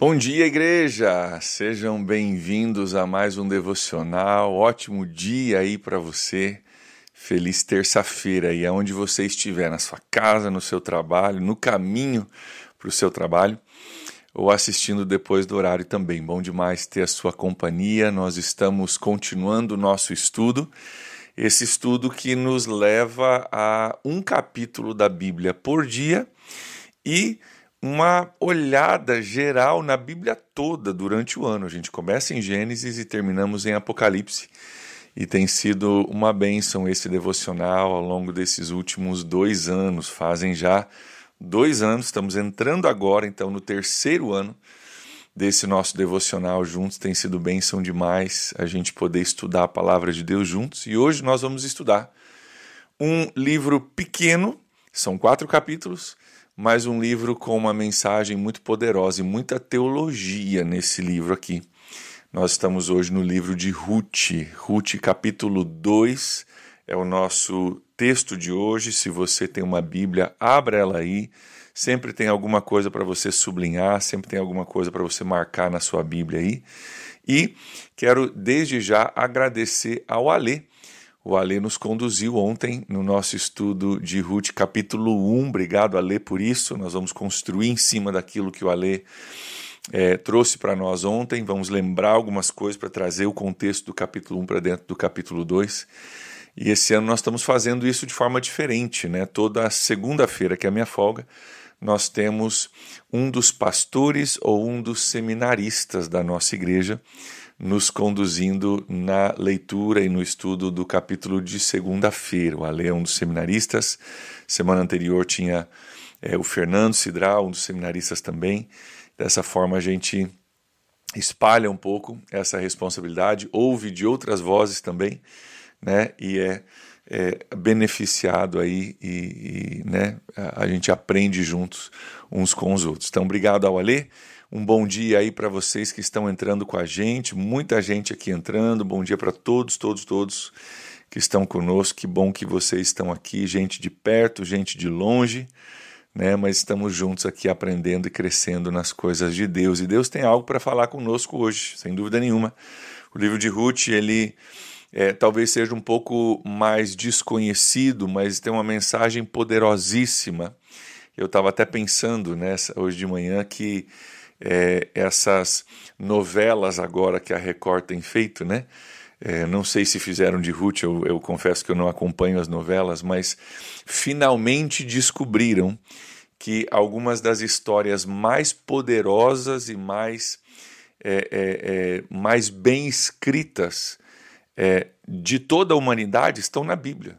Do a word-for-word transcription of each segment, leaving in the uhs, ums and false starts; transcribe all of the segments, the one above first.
Bom dia, igreja! Sejam bem-vindos a mais um devocional. Ótimo dia aí para você. Feliz terça-feira aí, aonde você estiver, na sua casa, no seu trabalho, no caminho para o seu trabalho ou assistindo depois do horário também. Bom demais ter a sua companhia. Nós estamos continuando o nosso estudo. Esse estudo que nos leva a um capítulo da Bíblia por dia e uma olhada geral na Bíblia toda durante o ano. A gente começa em Gênesis e terminamos em Apocalipse. E tem sido uma bênção esse devocional ao longo desses últimos dois anos. Fazem já dois anos, estamos entrando agora, então, no terceiro ano desse nosso devocional juntos. Tem sido bênção demais a gente poder estudar a palavra de Deus juntos. E hoje nós vamos estudar um livro pequeno, são quatro capítulos, mas um livro com uma mensagem muito poderosa e muita teologia nesse livro aqui. Nós estamos hoje no livro de Ruth. Ruth, capítulo dois, é o nosso texto de hoje. Se você tem uma Bíblia, abra ela aí. Sempre tem alguma coisa para você sublinhar, sempre tem alguma coisa para você marcar na sua Bíblia aí. E quero desde já agradecer ao Alê. O Alê nos conduziu ontem no nosso estudo de Ruth, capítulo um. Obrigado, Alê, por isso. Nós vamos construir em cima daquilo que o Alê é, trouxe para nós ontem. Vamos lembrar algumas coisas para trazer o contexto do capítulo um para dentro do capítulo dois. E esse ano nós estamos fazendo isso de forma diferente, né? Toda segunda-feira, que é a minha folga, nós temos um dos pastores ou um dos seminaristas da nossa igreja nos conduzindo na leitura e no estudo do capítulo de segunda-feira. O Ale é um dos seminaristas. Semana anterior tinha é, o Fernando Cidral, um dos seminaristas também. Dessa forma a gente espalha um pouco essa responsabilidade, ouve de outras vozes também, né? E é, é beneficiado aí e, e né, a, a gente aprende juntos uns com os outros. Então, obrigado ao Ale. Um bom dia aí para vocês que estão entrando com a gente, muita gente aqui entrando, bom dia para todos, todos, todos que estão conosco, que bom que vocês estão aqui, gente de perto, gente de longe, né? Mas estamos juntos aqui aprendendo e crescendo nas coisas de Deus, e Deus tem algo para falar conosco hoje, sem dúvida nenhuma. O livro de Ruth, ele é, talvez seja um pouco mais desconhecido, mas tem uma mensagem poderosíssima. Eu estava até pensando nessa, hoje de manhã que É, essas novelas agora que a Record tem feito, né? É, não sei se fizeram de Ruth, eu, eu confesso que eu não acompanho as novelas, mas finalmente descobriram que algumas das histórias mais poderosas e mais, é, é, é, mais bem escritas é, de toda a humanidade estão na Bíblia.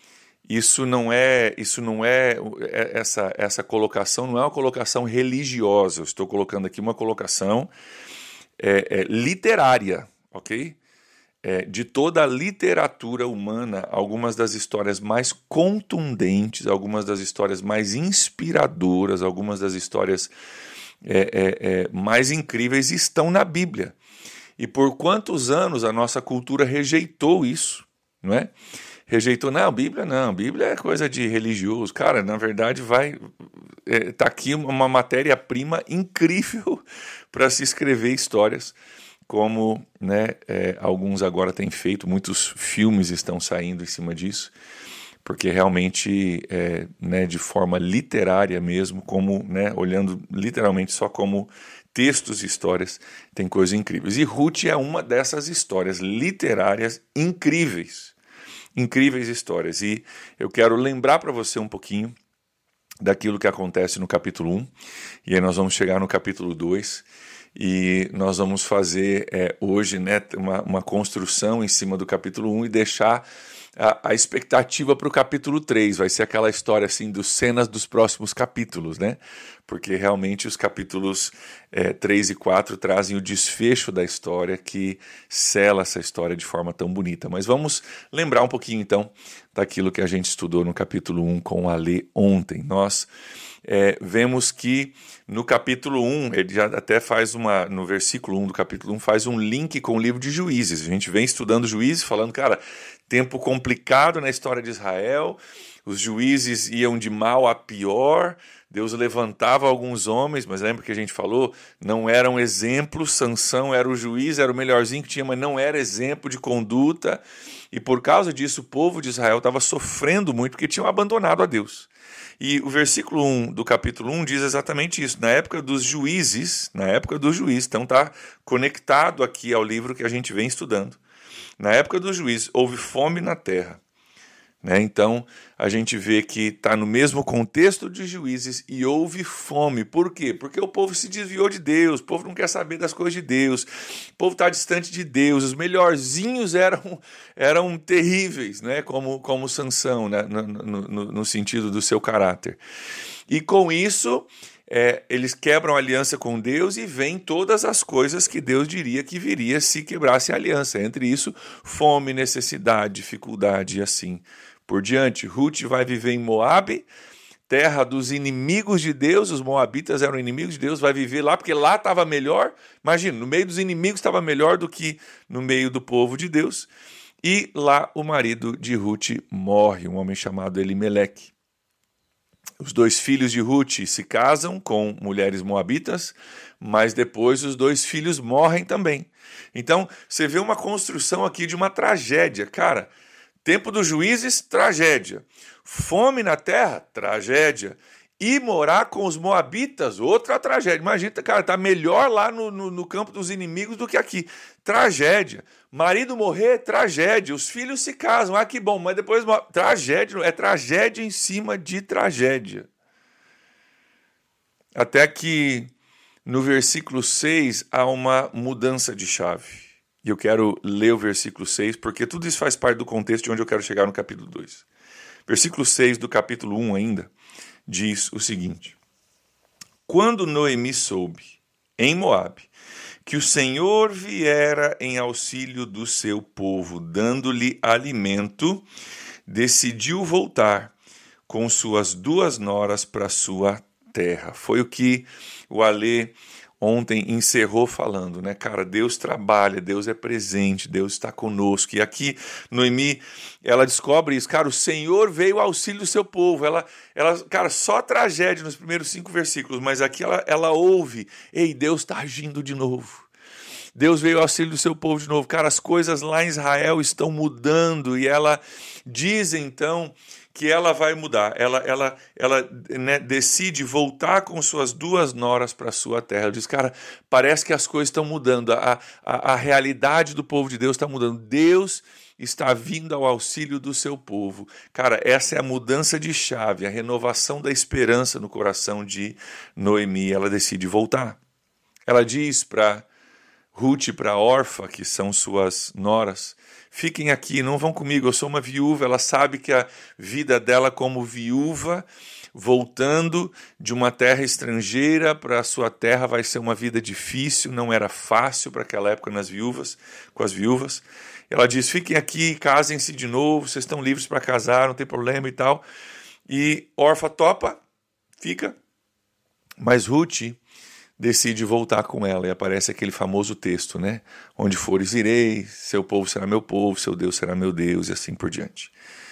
Isso não é, isso não é essa, essa colocação não é uma colocação religiosa. Eu estou colocando aqui uma colocação é, é, literária, ok? É, de toda a literatura humana, algumas das histórias mais contundentes, algumas das histórias mais inspiradoras, algumas das histórias é, é, é, mais incríveis estão na Bíblia. E por quantos anos a nossa cultura rejeitou isso, não é? Rejeitou, não, Bíblia não, Bíblia é coisa de religioso. Cara, na verdade vai, é, tá aqui uma matéria-prima incrível para se escrever histórias, como né, é, alguns agora têm feito, muitos filmes estão saindo em cima disso, porque realmente, é, né, de forma literária mesmo, como, né, olhando literalmente só como textos e histórias, tem coisas incríveis. E Ruth é uma dessas histórias literárias incríveis. Incríveis histórias, e eu quero lembrar para você um pouquinho daquilo que acontece no capítulo um, e aí nós vamos chegar no capítulo dois, e nós vamos fazer é, hoje né, uma, uma construção em cima do capítulo um e deixar a, a expectativa para o capítulo três, vai ser aquela história assim dos cenas dos próximos capítulos, né? Porque realmente os capítulos é, três e quatro trazem o desfecho da história que sela essa história de forma tão bonita. Mas vamos lembrar um pouquinho então daquilo que a gente estudou no capítulo um com o Alê ontem. Nós é, vemos que no capítulo um, ele já até faz uma, no versículo um do capítulo um, faz um link com o livro de Juízes. A gente vem estudando Juízes falando, cara, tempo complicado na história de Israel, os juízes iam de mal a pior, Deus levantava alguns homens, mas lembra que a gente falou? Não eram exemplos, Sansão era o juiz, era o melhorzinho que tinha, mas não era exemplo de conduta, e por causa disso o povo de Israel estava sofrendo muito, porque tinham abandonado a Deus. E o versículo um do capítulo um diz exatamente isso, na época dos juízes, na época dos juízes, então está conectado aqui ao livro que a gente vem estudando. Na época dos juízes, houve fome na terra. Né? Então, a gente vê que está no mesmo contexto de juízes e houve fome. Por quê? Porque o povo se desviou de Deus, o povo não quer saber das coisas de Deus, o povo está distante de Deus, os melhorzinhos eram, eram terríveis, né? como, como Sansão, né? no, no, no sentido do seu caráter. E com isso, é, eles quebram a aliança com Deus e vêm todas as coisas que Deus diria que viria se quebrasse a aliança. Entre isso, fome, necessidade, dificuldade e assim por diante. Ruth vai viver em Moabe, terra dos inimigos de Deus, os moabitas eram inimigos de Deus, vai viver lá porque lá estava melhor. Imagina, no meio dos inimigos estava melhor do que no meio do povo de Deus. E lá o marido de Ruth morre, um homem chamado Elimeleque. Os dois filhos de Ruth se casam com mulheres moabitas, mas depois os dois filhos morrem também. Então, você vê uma construção aqui de uma tragédia. Cara, tempo dos juízes, tragédia. Fome na terra, tragédia. E morar com os moabitas, outra tragédia. Imagina, cara, tá melhor lá no, no, no campo dos inimigos do que aqui. Tragédia. Marido morrer, tragédia. Os filhos se casam, ah, que bom, mas depois... Tragédia, é tragédia em cima de tragédia. Até que no versículo seis há uma mudança de chave. E eu quero ler o versículo seis, porque tudo isso faz parte do contexto de onde eu quero chegar no capítulo dois. Versículo seis do capítulo um ainda diz o seguinte: quando Noemi soube, em Moabe, que o Senhor viera em auxílio do seu povo, dando-lhe alimento, decidiu voltar com suas duas noras para sua terra. Foi o que o Alê ontem encerrou falando, né? Cara, Deus trabalha, Deus é presente, Deus está conosco. E aqui, Noemi, ela descobre isso. Cara, o Senhor veio ao auxílio do seu povo. Ela, ela cara, só tragédia nos primeiros cinco versículos, mas aqui ela, ela ouve, ei, Deus está agindo de novo. Deus veio ao auxílio do seu povo de novo. Cara, as coisas lá em Israel estão mudando. E ela diz, então, que ela vai mudar. Ela, ela, ela né, decide voltar com suas duas noras para a sua terra. Ela diz, cara, parece que as coisas estão mudando. A, a, a realidade do povo de Deus está mudando. Deus está vindo ao auxílio do seu povo. Cara, essa é a mudança de chave, a renovação da esperança no coração de Noemi. Ela decide voltar. Ela diz para Ruth e para Orfa, que são suas noras, fiquem aqui, não vão comigo, eu sou uma viúva. Ela sabe que a vida dela como viúva, voltando de uma terra estrangeira para a sua terra, vai ser uma vida difícil, não era fácil para aquela época nas viúvas, com as viúvas. Ela diz, fiquem aqui, casem-se de novo, vocês estão livres para casar, não tem problema e tal. E Orfa topa, fica, mas Ruth decide voltar com ela, e aparece aquele famoso texto, né? Onde fores irei, seu povo será meu povo, seu Deus será meu Deus, e assim por diante.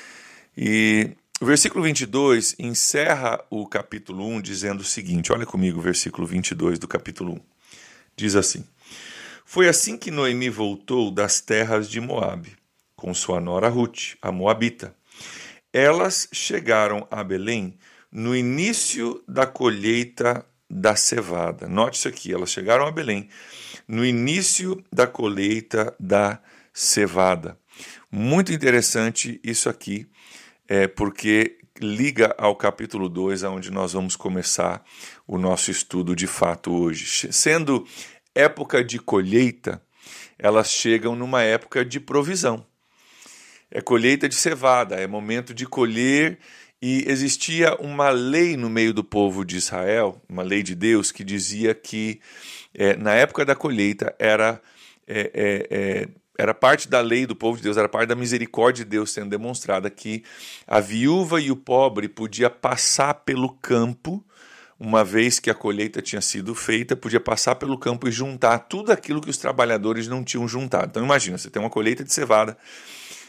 E o versículo vinte e dois encerra o capítulo um dizendo o seguinte, olha comigo o versículo vinte e dois do capítulo um. Diz assim, foi assim que Noemi voltou das terras de Moabe, com sua nora Ruth, a moabita. Elas chegaram a Belém no início da colheita da cevada. Note isso aqui, elas chegaram a Belém no início da colheita da cevada. Muito interessante isso aqui, é, porque liga ao capítulo dois, onde nós vamos começar o nosso estudo de fato hoje. Sendo época de colheita, elas chegam numa época de provisão. É colheita de cevada, é momento de colher. E existia uma lei no meio do povo de Israel, uma lei de Deus, que dizia que é, na época da colheita era, é, é, é, era parte da lei do povo de Deus, era parte da misericórdia de Deus sendo demonstrada, que a viúva e o pobre podia passar pelo campo, uma vez que a colheita tinha sido feita, podia passar pelo campo e juntar tudo aquilo que os trabalhadores não tinham juntado. Então imagina, você tem uma colheita de cevada,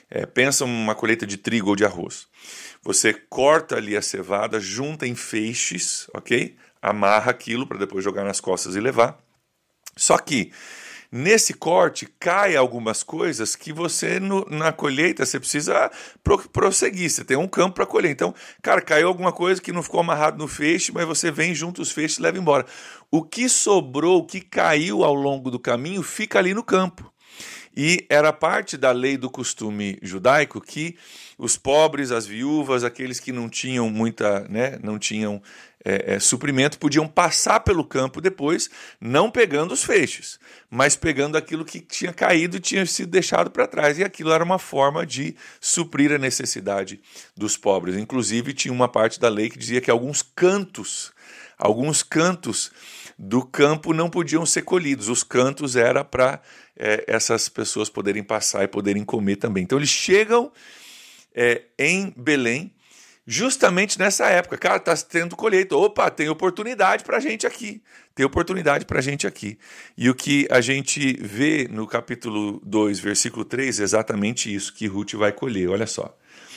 É, pensa uma colheita de trigo ou de arroz. Você corta ali a cevada, junta em feixes, ok? Amarra aquilo para depois jogar nas costas e levar. Só que nesse corte cai algumas coisas que você no, na colheita você precisa pro, prosseguir, você tem um campo para colher. Então, cara, caiu alguma coisa que não ficou amarrado no feixe, mas você vem junto os feixes e leva embora. O que sobrou, o que caiu ao longo do caminho, fica ali no campo. E era parte da lei do costume judaico que os pobres, as viúvas, aqueles que não tinham muita, né, não tinham é, é, suprimento, podiam passar pelo campo depois, não pegando os feixes, mas pegando aquilo que tinha caído e tinha sido deixado para trás. E aquilo era uma forma de suprir a necessidade dos pobres. Inclusive, tinha uma parte da lei que dizia que alguns cantos, alguns cantos do campo não podiam ser colhidos. Os cantos era para é, essas pessoas poderem passar e poderem comer também. Então eles chegam é, em Belém justamente nessa época. Cara, está tendo colheita. Opa, tem oportunidade para a gente aqui. Tem oportunidade para a gente aqui. E o que a gente vê no capítulo dois, versículo três, é exatamente isso que Ruth vai colher. Olha só.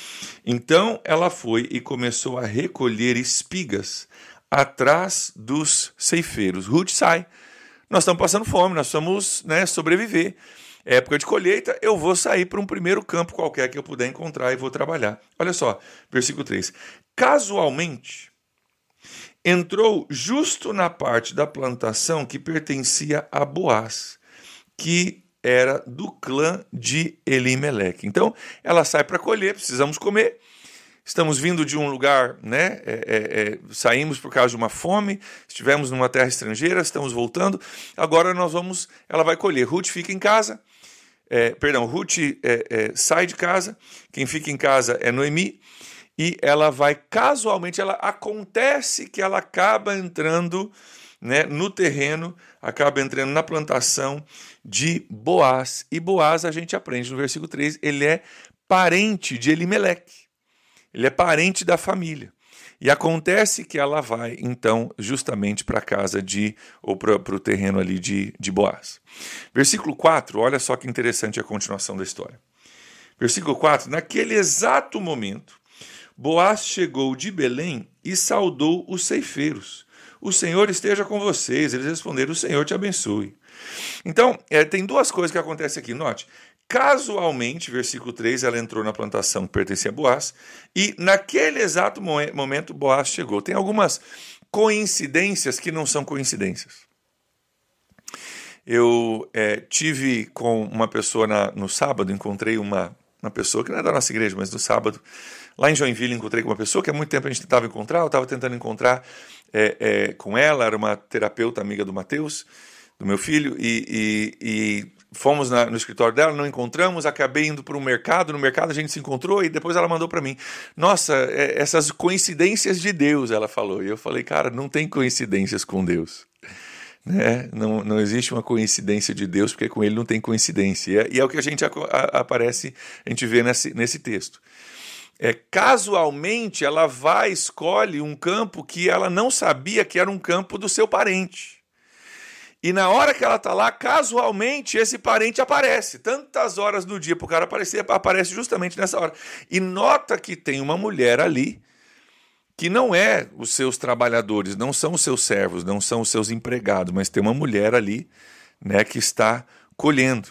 Então ela foi e começou a recolher espigas atrás dos ceifeiros. Ruth sai. Nós estamos passando fome, nós vamos, né, sobreviver. É época de colheita, eu vou sair para um primeiro campo qualquer que eu puder encontrar e vou trabalhar. Olha só, versículo três. Casualmente, entrou justo na parte da plantação que pertencia a Boaz, que era do clã de Elimeleque. Então, ela sai para colher, precisamos comer. Estamos vindo de um lugar, né? É, é, é, saímos por causa de uma fome, estivemos numa terra estrangeira, estamos voltando. Agora nós vamos, ela vai colher. Ruth fica em casa, é, perdão, Ruth é, é, sai de casa. Quem fica em casa é Noemi e ela vai casualmente, ela acontece que ela acaba entrando, né, no terreno, acaba entrando na plantação de Boaz. E Boaz a gente aprende no versículo três, ele é parente de Elimeleque. Ele é parente da família. E acontece que ela vai, então, justamente para a casa de, ou para o terreno ali de, de Boaz. Versículo quatro, olha só que interessante a continuação da história. Versículo quatro, naquele exato momento, Boaz chegou de Belém e saudou os ceifeiros. O Senhor esteja com vocês. Eles responderam, o Senhor te abençoe. Então, é, tem duas coisas que acontecem aqui, note. Casualmente, versículo três, ela entrou na plantação que pertencia a Boaz, e naquele exato momento Boaz chegou. Tem algumas coincidências que não são coincidências. Eu é, tive com uma pessoa na, no sábado, encontrei uma, uma pessoa que não é da nossa igreja, mas no sábado, lá em Joinville, encontrei com uma pessoa que há muito tempo a gente tentava encontrar, eu estava tentando encontrar é, é, com ela, era uma terapeuta amiga do Mateus, do meu filho, e, e, e fomos na, no escritório dela, não encontramos, acabei indo para um mercado, no mercado a gente se encontrou e depois ela mandou para mim, nossa, é, essas coincidências de Deus, ela falou, e eu falei, cara, não tem coincidências com Deus, né? não, não existe uma coincidência de Deus, porque com ele não tem coincidência, e é, e é o que a gente a, a, aparece, a gente vê nesse, nesse texto. É, casualmente ela vai, escolhe um campo que ela não sabia que era um campo do seu parente. E na hora que ela está lá, casualmente, esse parente aparece. Tantas horas do dia para o cara aparecer, aparece justamente nessa hora. E nota que tem uma mulher ali, que não é os seus trabalhadores, não são os seus servos, não são os seus empregados, mas tem uma mulher ali, né, que está colhendo.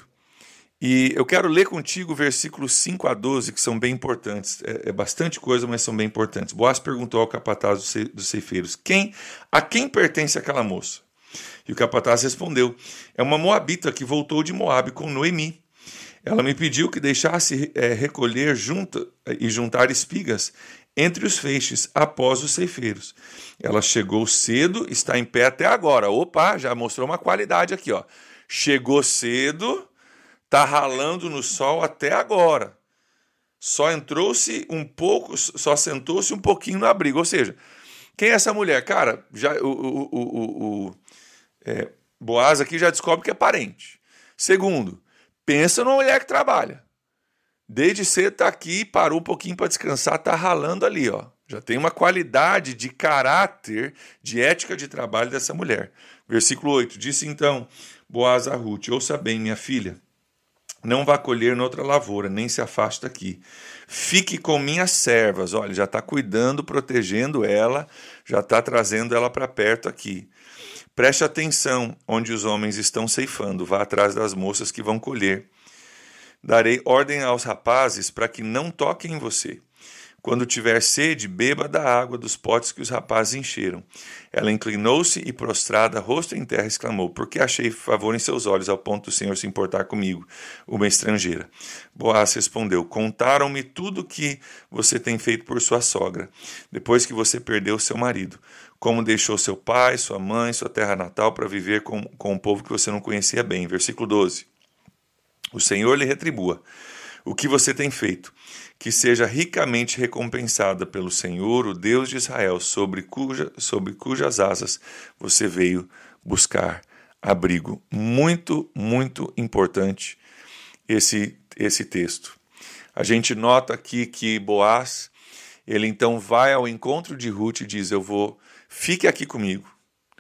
E eu quero ler contigo versículos cinco a doze, que são bem importantes. É, é bastante coisa, mas são bem importantes. Boaz perguntou ao capataz dos ceifeiros, quem, a quem pertence aquela moça? E o capataz respondeu, é uma moabita que voltou de Moabe com Noemi. Ela me pediu que deixasse é, recolher junta, e juntar espigas entre os feixes após os ceifeiros. Ela chegou cedo, está em pé até agora. Opa, já mostrou uma qualidade aqui, ó. Chegou cedo, está ralando no sol até agora. Só entrou-se um pouco, só sentou-se um pouquinho no abrigo. Ou seja, quem é essa mulher? Cara, já o, o, o, o, o é, Boaz aqui já descobre que é parente. Segundo, pensa numa mulher que trabalha. Desde cedo está aqui, parou um pouquinho para descansar, está ralando ali, ó. Já tem uma qualidade de caráter, de ética de trabalho dessa mulher. Versículo oito, disse então Boaz a Ruth, ouça bem, minha filha, Não vá colher noutra lavoura, nem se afaste daqui. Fique com minhas servas. Olha, já está cuidando, protegendo ela, já está trazendo ela para perto aqui. Preste atenção onde os homens estão ceifando. Vá atrás das moças que vão colher. Darei ordem aos rapazes para que não toquem em você. Quando tiver sede, beba da água dos potes que os rapazes encheram. Ela inclinou-se e, prostrada, rosto em terra, exclamou: Por que achei favor em seus olhos, ao ponto do Senhor se importar comigo, uma estrangeira? Boaz respondeu: Contaram-me tudo o que você tem feito por sua sogra, depois que você perdeu seu marido. Como deixou seu pai, sua mãe, sua terra natal, para viver com, com um povo que você não conhecia bem. Versículo doze. O Senhor lhe retribua o que você tem feito, que seja ricamente recompensada pelo Senhor, o Deus de Israel, sobre, cuja, sobre cujas asas você veio buscar abrigo. Muito, muito importante esse, esse texto. A gente nota aqui que Boaz, ele então vai ao encontro de Ruth e diz: eu vou, fique aqui comigo,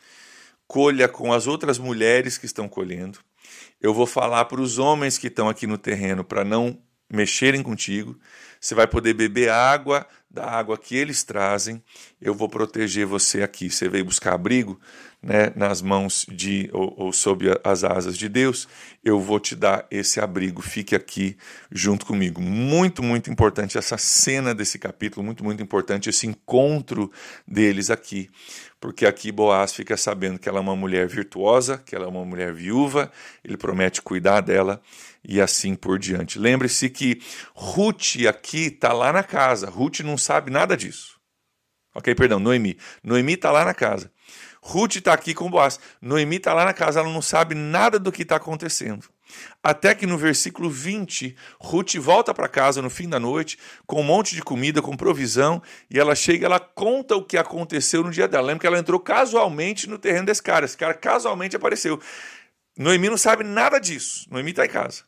colha com as outras mulheres que estão colhendo, eu vou falar para os homens que estão aqui no terreno para não mexerem contigo, você vai poder beber água da água que eles trazem, eu vou proteger você aqui. Você veio buscar abrigo, né, nas mãos de, ou, ou sob as asas de Deus, eu vou te dar esse abrigo, fique aqui junto comigo. Muito, muito importante essa cena desse capítulo, muito, muito importante esse encontro deles aqui, porque aqui Boaz fica sabendo que ela é uma mulher virtuosa, que ela é uma mulher viúva, ele promete cuidar dela e assim por diante. Lembre-se que Ruth aqui está lá na casa, Ruth não sabe nada disso. Ok, perdão, Noemi. Noemi está lá na casa. Ruth está aqui com Boaz. Noemi está lá na casa, ela não sabe nada do que está acontecendo. Até que no versículo vinte, Ruth volta para casa no fim da noite, com um monte de comida, com provisão, e ela chega e ela conta o que aconteceu no dia dela. Lembra que ela entrou casualmente no terreno desse cara. Esse cara casualmente apareceu. Noemi não sabe nada disso. Noemi está em casa.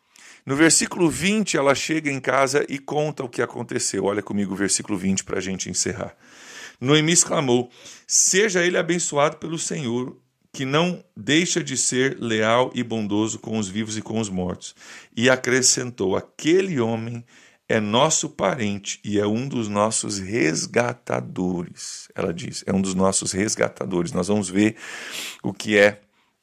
No versículo vinte, ela chega em casa e conta o que aconteceu. Olha comigo o versículo vinte para a gente encerrar. Noemi exclamou: seja ele abençoado pelo Senhor, que não deixa de ser leal e bondoso com os vivos e com os mortos. E acrescentou: aquele homem é nosso parente e é um dos nossos resgatadores. Ela diz, é um dos nossos resgatadores. Nós vamos ver o que é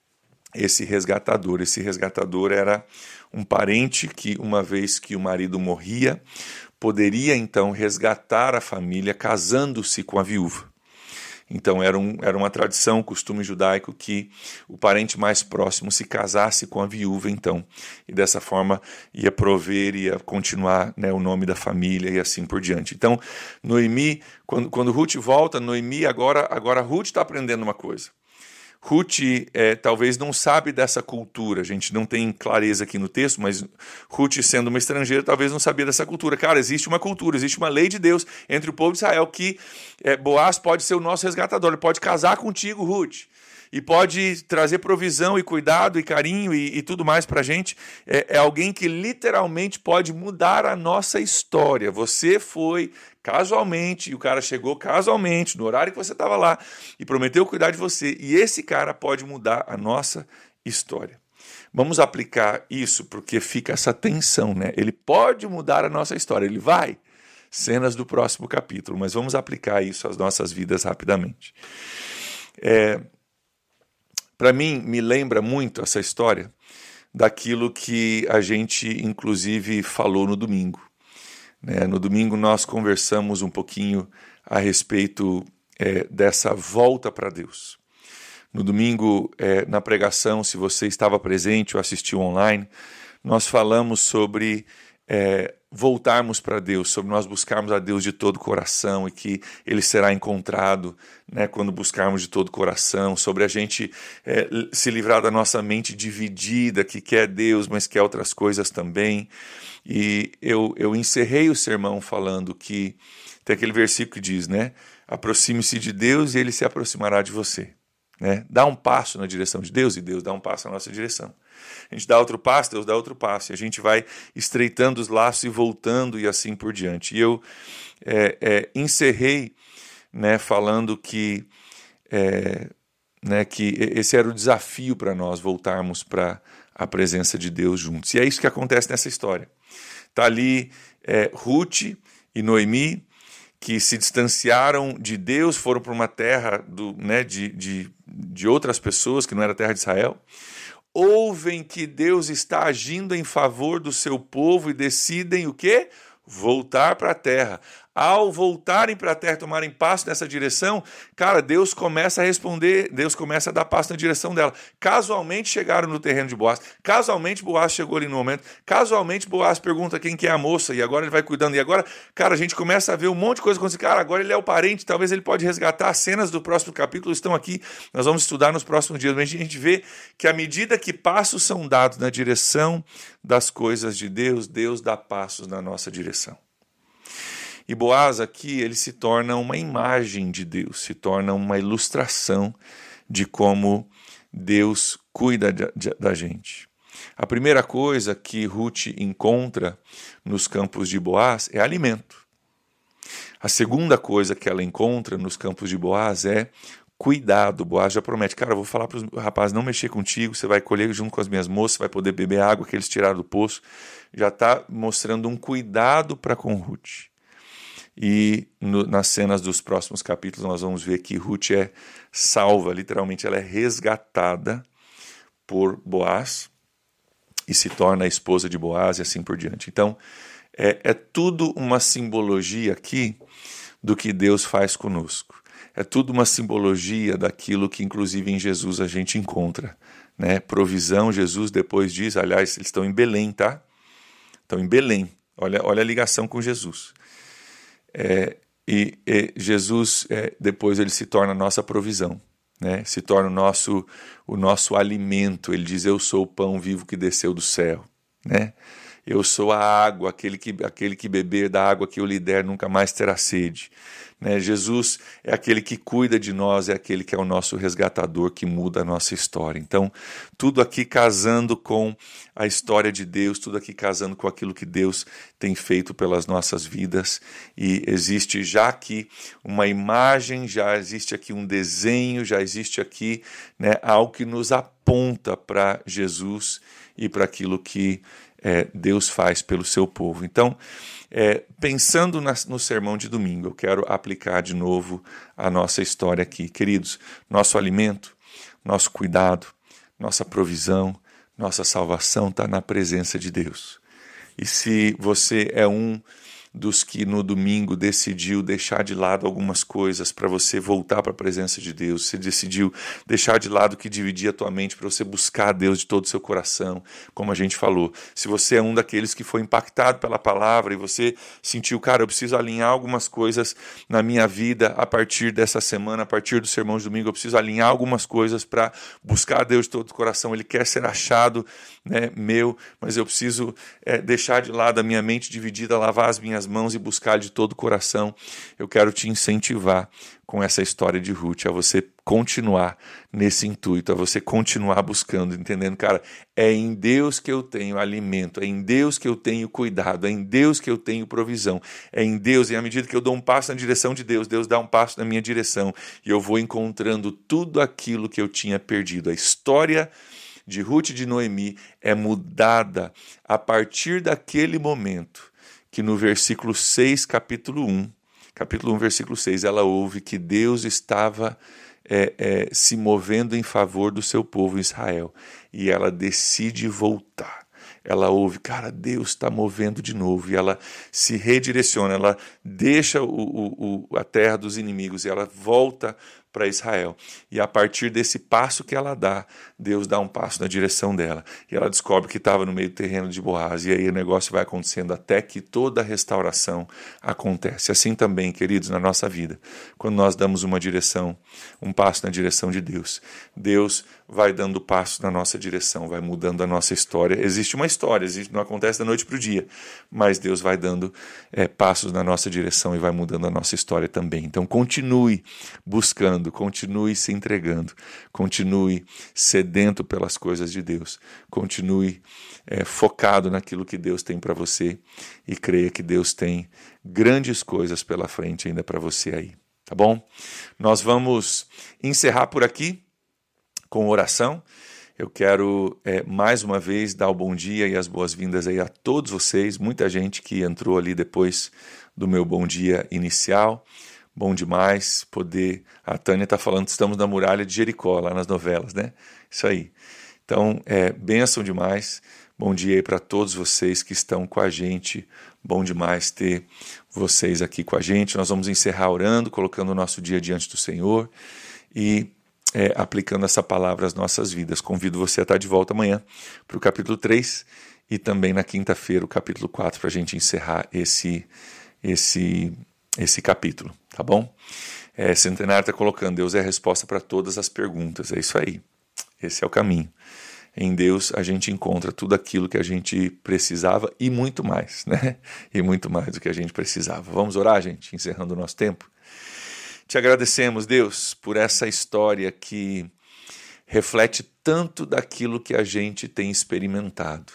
esse resgatador. Esse resgatador era um parente que, uma vez que o marido morria, poderia então resgatar a família casando-se com a viúva. Então era, um, era uma tradição, um costume judaico que o parente mais próximo se casasse com a viúva então, e dessa forma ia prover, ia continuar, né, o nome da família e assim por diante. Então Noemi, quando, quando Ruth volta, Noemi agora, agora Ruth está aprendendo uma coisa. Ruth é, talvez não sabe dessa cultura, a gente não tem clareza aqui no texto, mas Ruth, sendo uma estrangeira, talvez não sabia dessa cultura. Cara, existe uma cultura, existe uma lei de Deus entre o povo de Israel que é, Boaz pode ser o nosso resgatador, ele pode casar contigo, Ruth, e pode trazer provisão e cuidado e carinho e, e tudo mais para a gente. É, é alguém que literalmente pode mudar a nossa história. Você foi casualmente, e o cara chegou casualmente, no horário que você estava lá, e prometeu cuidar de você, e esse cara pode mudar a nossa história. Vamos aplicar isso, porque fica essa tensão, né? Ele pode mudar a nossa história, ele vai. Cenas do próximo capítulo, mas vamos aplicar isso às nossas vidas rapidamente. É, para mim, me lembra muito essa história daquilo que a gente, inclusive, falou no domingo. No domingo nós conversamos um pouquinho a respeito é, dessa volta para Deus. No domingo, é, na pregação, se você estava presente ou assistiu online, nós falamos sobre é, voltarmos para Deus, sobre nós buscarmos a Deus de todo o coração e que Ele será encontrado, né, quando buscarmos de todo o coração, sobre a gente é, se livrar da nossa mente dividida, que quer Deus, mas quer outras coisas também. E eu, eu encerrei o sermão falando que tem aquele versículo que diz, né? Aproxime-se de Deus e Ele se aproximará de você. Né? Dá um passo na direção de Deus e Deus dá um passo na nossa direção. A gente dá outro passo, Deus dá outro passo. E a gente vai estreitando os laços e voltando e assim por diante. E eu é, é, encerrei, né, falando que, é, né, que esse era o desafio para nós voltarmos para a presença de Deus juntos. E é isso que acontece nessa história. Está ali é, Ruth e Noemi, que se distanciaram de Deus, foram para uma terra do, né, de, de, de outras pessoas, que não era a terra de Israel, ouvem que Deus está agindo em favor do seu povo e decidem o quê? Voltar para a terra. Ao voltarem para a terra, tomarem passo nessa direção, cara, Deus começa a responder, Deus começa a dar passo na direção dela. Casualmente chegaram no terreno de Boaz, casualmente Boaz chegou ali no momento, casualmente Boaz pergunta quem que é a moça, e agora ele vai cuidando, e agora, cara, a gente começa a ver um monte de coisa acontecendo, cara, agora ele é o parente, talvez ele pode resgatar. As cenas do próximo capítulo estão aqui, nós vamos estudar nos próximos dias, mas a gente vê que à medida que passos são dados na direção das coisas de Deus, Deus dá passos na nossa direção. E Boaz aqui, ele se torna uma imagem de Deus, se torna uma ilustração de como Deus cuida de, de, da gente. A primeira coisa que Ruth encontra nos campos de Boaz é alimento. A segunda coisa que ela encontra nos campos de Boaz é cuidado. Boaz já promete, cara, eu vou falar para os rapazes não mexer contigo, você vai colher junto com as minhas moças, vai poder beber água que eles tiraram do poço. Já está mostrando um cuidado para com Ruth. E no, nas cenas dos próximos capítulos nós vamos ver que Ruth é salva, literalmente ela é resgatada por Boaz e se torna a esposa de Boaz e assim por diante. Então é, é tudo uma simbologia aqui do que Deus faz conosco. É tudo uma simbologia daquilo que inclusive em Jesus a gente encontra, né? Provisão, Jesus depois diz, aliás, eles estão em Belém, tá? Estão em Belém, olha, olha a ligação com Jesus. É, e, e Jesus, é, depois ele se torna a nossa provisão, né? Se torna o nosso, o nosso alimento. Ele diz, eu sou o pão vivo que desceu do céu, né? Eu sou a água, aquele que, aquele que beber da água que eu lhe der nunca mais terá sede. Né? Jesus é aquele que cuida de nós, é aquele que é o nosso resgatador, que muda a nossa história. Então, tudo aqui casando com a história de Deus, tudo aqui casando com aquilo que Deus tem feito pelas nossas vidas. E existe já aqui uma imagem, já existe aqui um desenho, já existe aqui, né, algo que nos aponta para Jesus e para aquilo que É, Deus faz pelo seu povo. Então, é, pensando na, no sermão de domingo, eu quero aplicar de novo a nossa história aqui. Queridos, nosso alimento, nosso cuidado, nossa provisão, nossa salvação está na presença de Deus. E se você é um dos que no domingo decidiu deixar de lado algumas coisas para você voltar para a presença de Deus, você decidiu deixar de lado o que dividia a tua mente para você buscar a Deus de todo o seu coração, como a gente falou. Se você é um daqueles que foi impactado pela palavra e você sentiu, cara, eu preciso alinhar algumas coisas na minha vida a partir dessa semana, a partir do sermão de domingo, eu preciso alinhar algumas coisas para buscar a Deus de todo o coração. Ele quer ser achado, né, meu, mas eu preciso é, deixar de lado a minha mente dividida, lavar as minhas mãos e buscar de todo o coração. Eu quero te incentivar com essa história de Ruth, a você continuar nesse intuito, a você continuar buscando, entendendo, cara, é em Deus que eu tenho alimento, é em Deus que eu tenho cuidado, é em Deus que eu tenho provisão, é em Deus, e à medida que eu dou um passo na direção de Deus, Deus dá um passo na minha direção, e eu vou encontrando tudo aquilo que eu tinha perdido. A história de Ruth e de Noemi é mudada a partir daquele momento que no versículo seis, capítulo um, capítulo um, versículo seis, ela ouve que Deus estava é, é, se movendo em favor do seu povo Israel, e ela decide voltar. Ela ouve, cara, Deus está movendo de novo, e ela se redireciona, ela deixa o, o, o, a terra dos inimigos, e ela volta para Israel. E a partir desse passo que ela dá, Deus dá um passo na direção dela. E ela descobre que estava no meio do terreno de Boaz. E aí o negócio vai acontecendo até que toda a restauração acontece. Assim também, queridos, na nossa vida, quando nós damos uma direção, um passo na direção de Deus, Deus vai dando passo na nossa direção, vai mudando a nossa história. Existe uma história, existe, não acontece da noite para o dia, mas Deus vai dando é, passos na nossa direção e vai mudando a nossa história também. Então continue buscando, continue se entregando, continue sedento pelas coisas de Deus, continue é, focado naquilo que Deus tem para você e creia que Deus tem grandes coisas pela frente ainda para você aí, tá bom? Nós vamos encerrar por aqui com oração. Eu quero, é, mais uma vez, dar o bom dia e as boas-vindas aí a todos vocês, muita gente que entrou ali depois do meu bom dia inicial. Bom demais poder... A Tânia está falando que estamos na muralha de Jericó, lá nas novelas, né? Isso aí. Então, é bênção demais. Bom dia aí para todos vocês que estão com a gente. Bom demais ter vocês aqui com a gente. Nós vamos encerrar orando, colocando o nosso dia diante do Senhor e é, aplicando essa palavra às nossas vidas. Convido você a estar de volta amanhã para o capítulo três e também na quinta-feira o capítulo quatro para a gente encerrar esse, esse, esse capítulo, tá bom? É, Centenário está colocando, Deus é a resposta para todas as perguntas. É isso aí. Esse é o caminho. Em Deus a gente encontra tudo aquilo que a gente precisava e muito mais, né? E muito mais do que a gente precisava. Vamos orar, gente, encerrando o nosso tempo? Te agradecemos, Deus, por essa história que reflete tanto daquilo que a gente tem experimentado.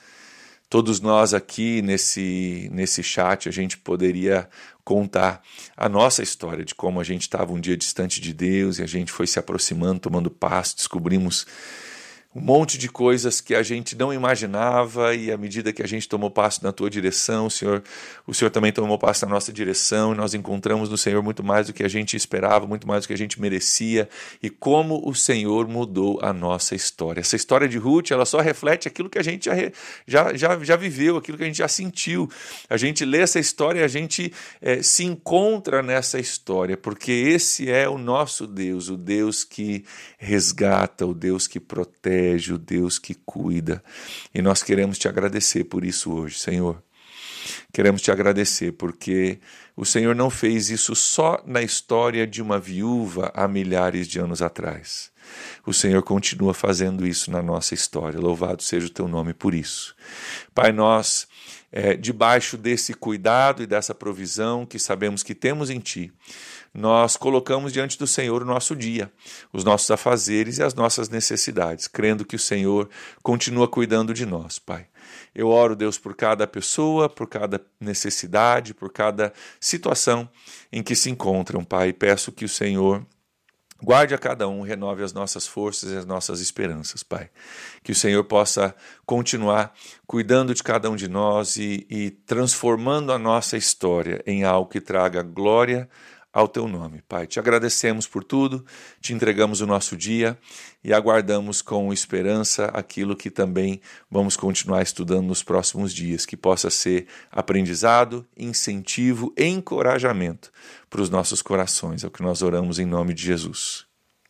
Todos nós aqui nesse, nesse chat, a gente poderia contar a nossa história de como a gente estava um dia distante de Deus e a gente foi se aproximando, tomando passo, descobrimos um monte de coisas que a gente não imaginava e à medida que a gente tomou passo na tua direção, o Senhor, o Senhor também tomou passo na nossa direção e nós encontramos no Senhor muito mais do que a gente esperava, muito mais do que a gente merecia e como o Senhor mudou a nossa história. Essa história de Ruth, ela só reflete aquilo que a gente já, já, já, já viveu, aquilo que a gente já sentiu. A gente lê essa história e a gente é, se encontra nessa história, porque esse é o nosso Deus, o Deus que resgata, o Deus que protege, o Deus que cuida, e nós queremos te agradecer por isso hoje, Senhor. Queremos te agradecer porque o Senhor não fez isso só na história de uma viúva há milhares de anos atrás. O Senhor continua fazendo isso na nossa história. Louvado seja o teu nome por isso. Pai, nós, é, debaixo desse cuidado e dessa provisão que sabemos que temos em Ti, nós colocamos diante do Senhor o nosso dia, os nossos afazeres e as nossas necessidades, crendo que o Senhor continua cuidando de nós, Pai. Eu oro, Deus, por cada pessoa, por cada necessidade, por cada situação em que se encontram, Pai, e peço que o Senhor guarde a cada um, renove as nossas forças e as nossas esperanças, Pai. Que o Senhor possa continuar cuidando de cada um de nós e, e transformando a nossa história em algo que traga glória ao teu nome, Pai. Te agradecemos por tudo, te entregamos o nosso dia e aguardamos com esperança aquilo que também vamos continuar estudando nos próximos dias, que possa ser aprendizado, incentivo e encorajamento para os nossos corações. É o que nós oramos em nome de Jesus.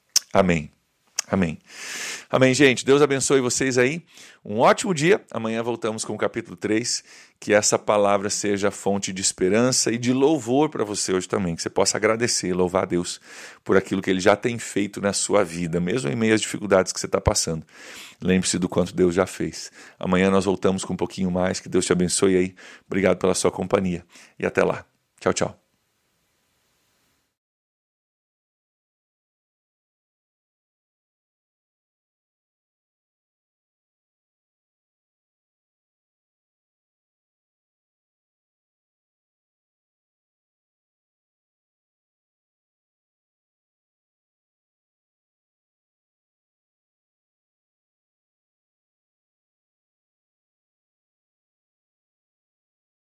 Amém. Amém. Amém, gente. Deus abençoe vocês aí. Um ótimo dia. Amanhã voltamos com o capítulo três. Que essa palavra seja fonte de esperança e de louvor para você hoje também. Que você possa agradecer, louvar a Deus por aquilo que Ele já tem feito na sua vida, mesmo em meio às dificuldades que você está passando. Lembre-se do quanto Deus já fez. Amanhã nós voltamos com um pouquinho mais. Que Deus te abençoe aí. Obrigado pela sua companhia. E até lá. Tchau, tchau.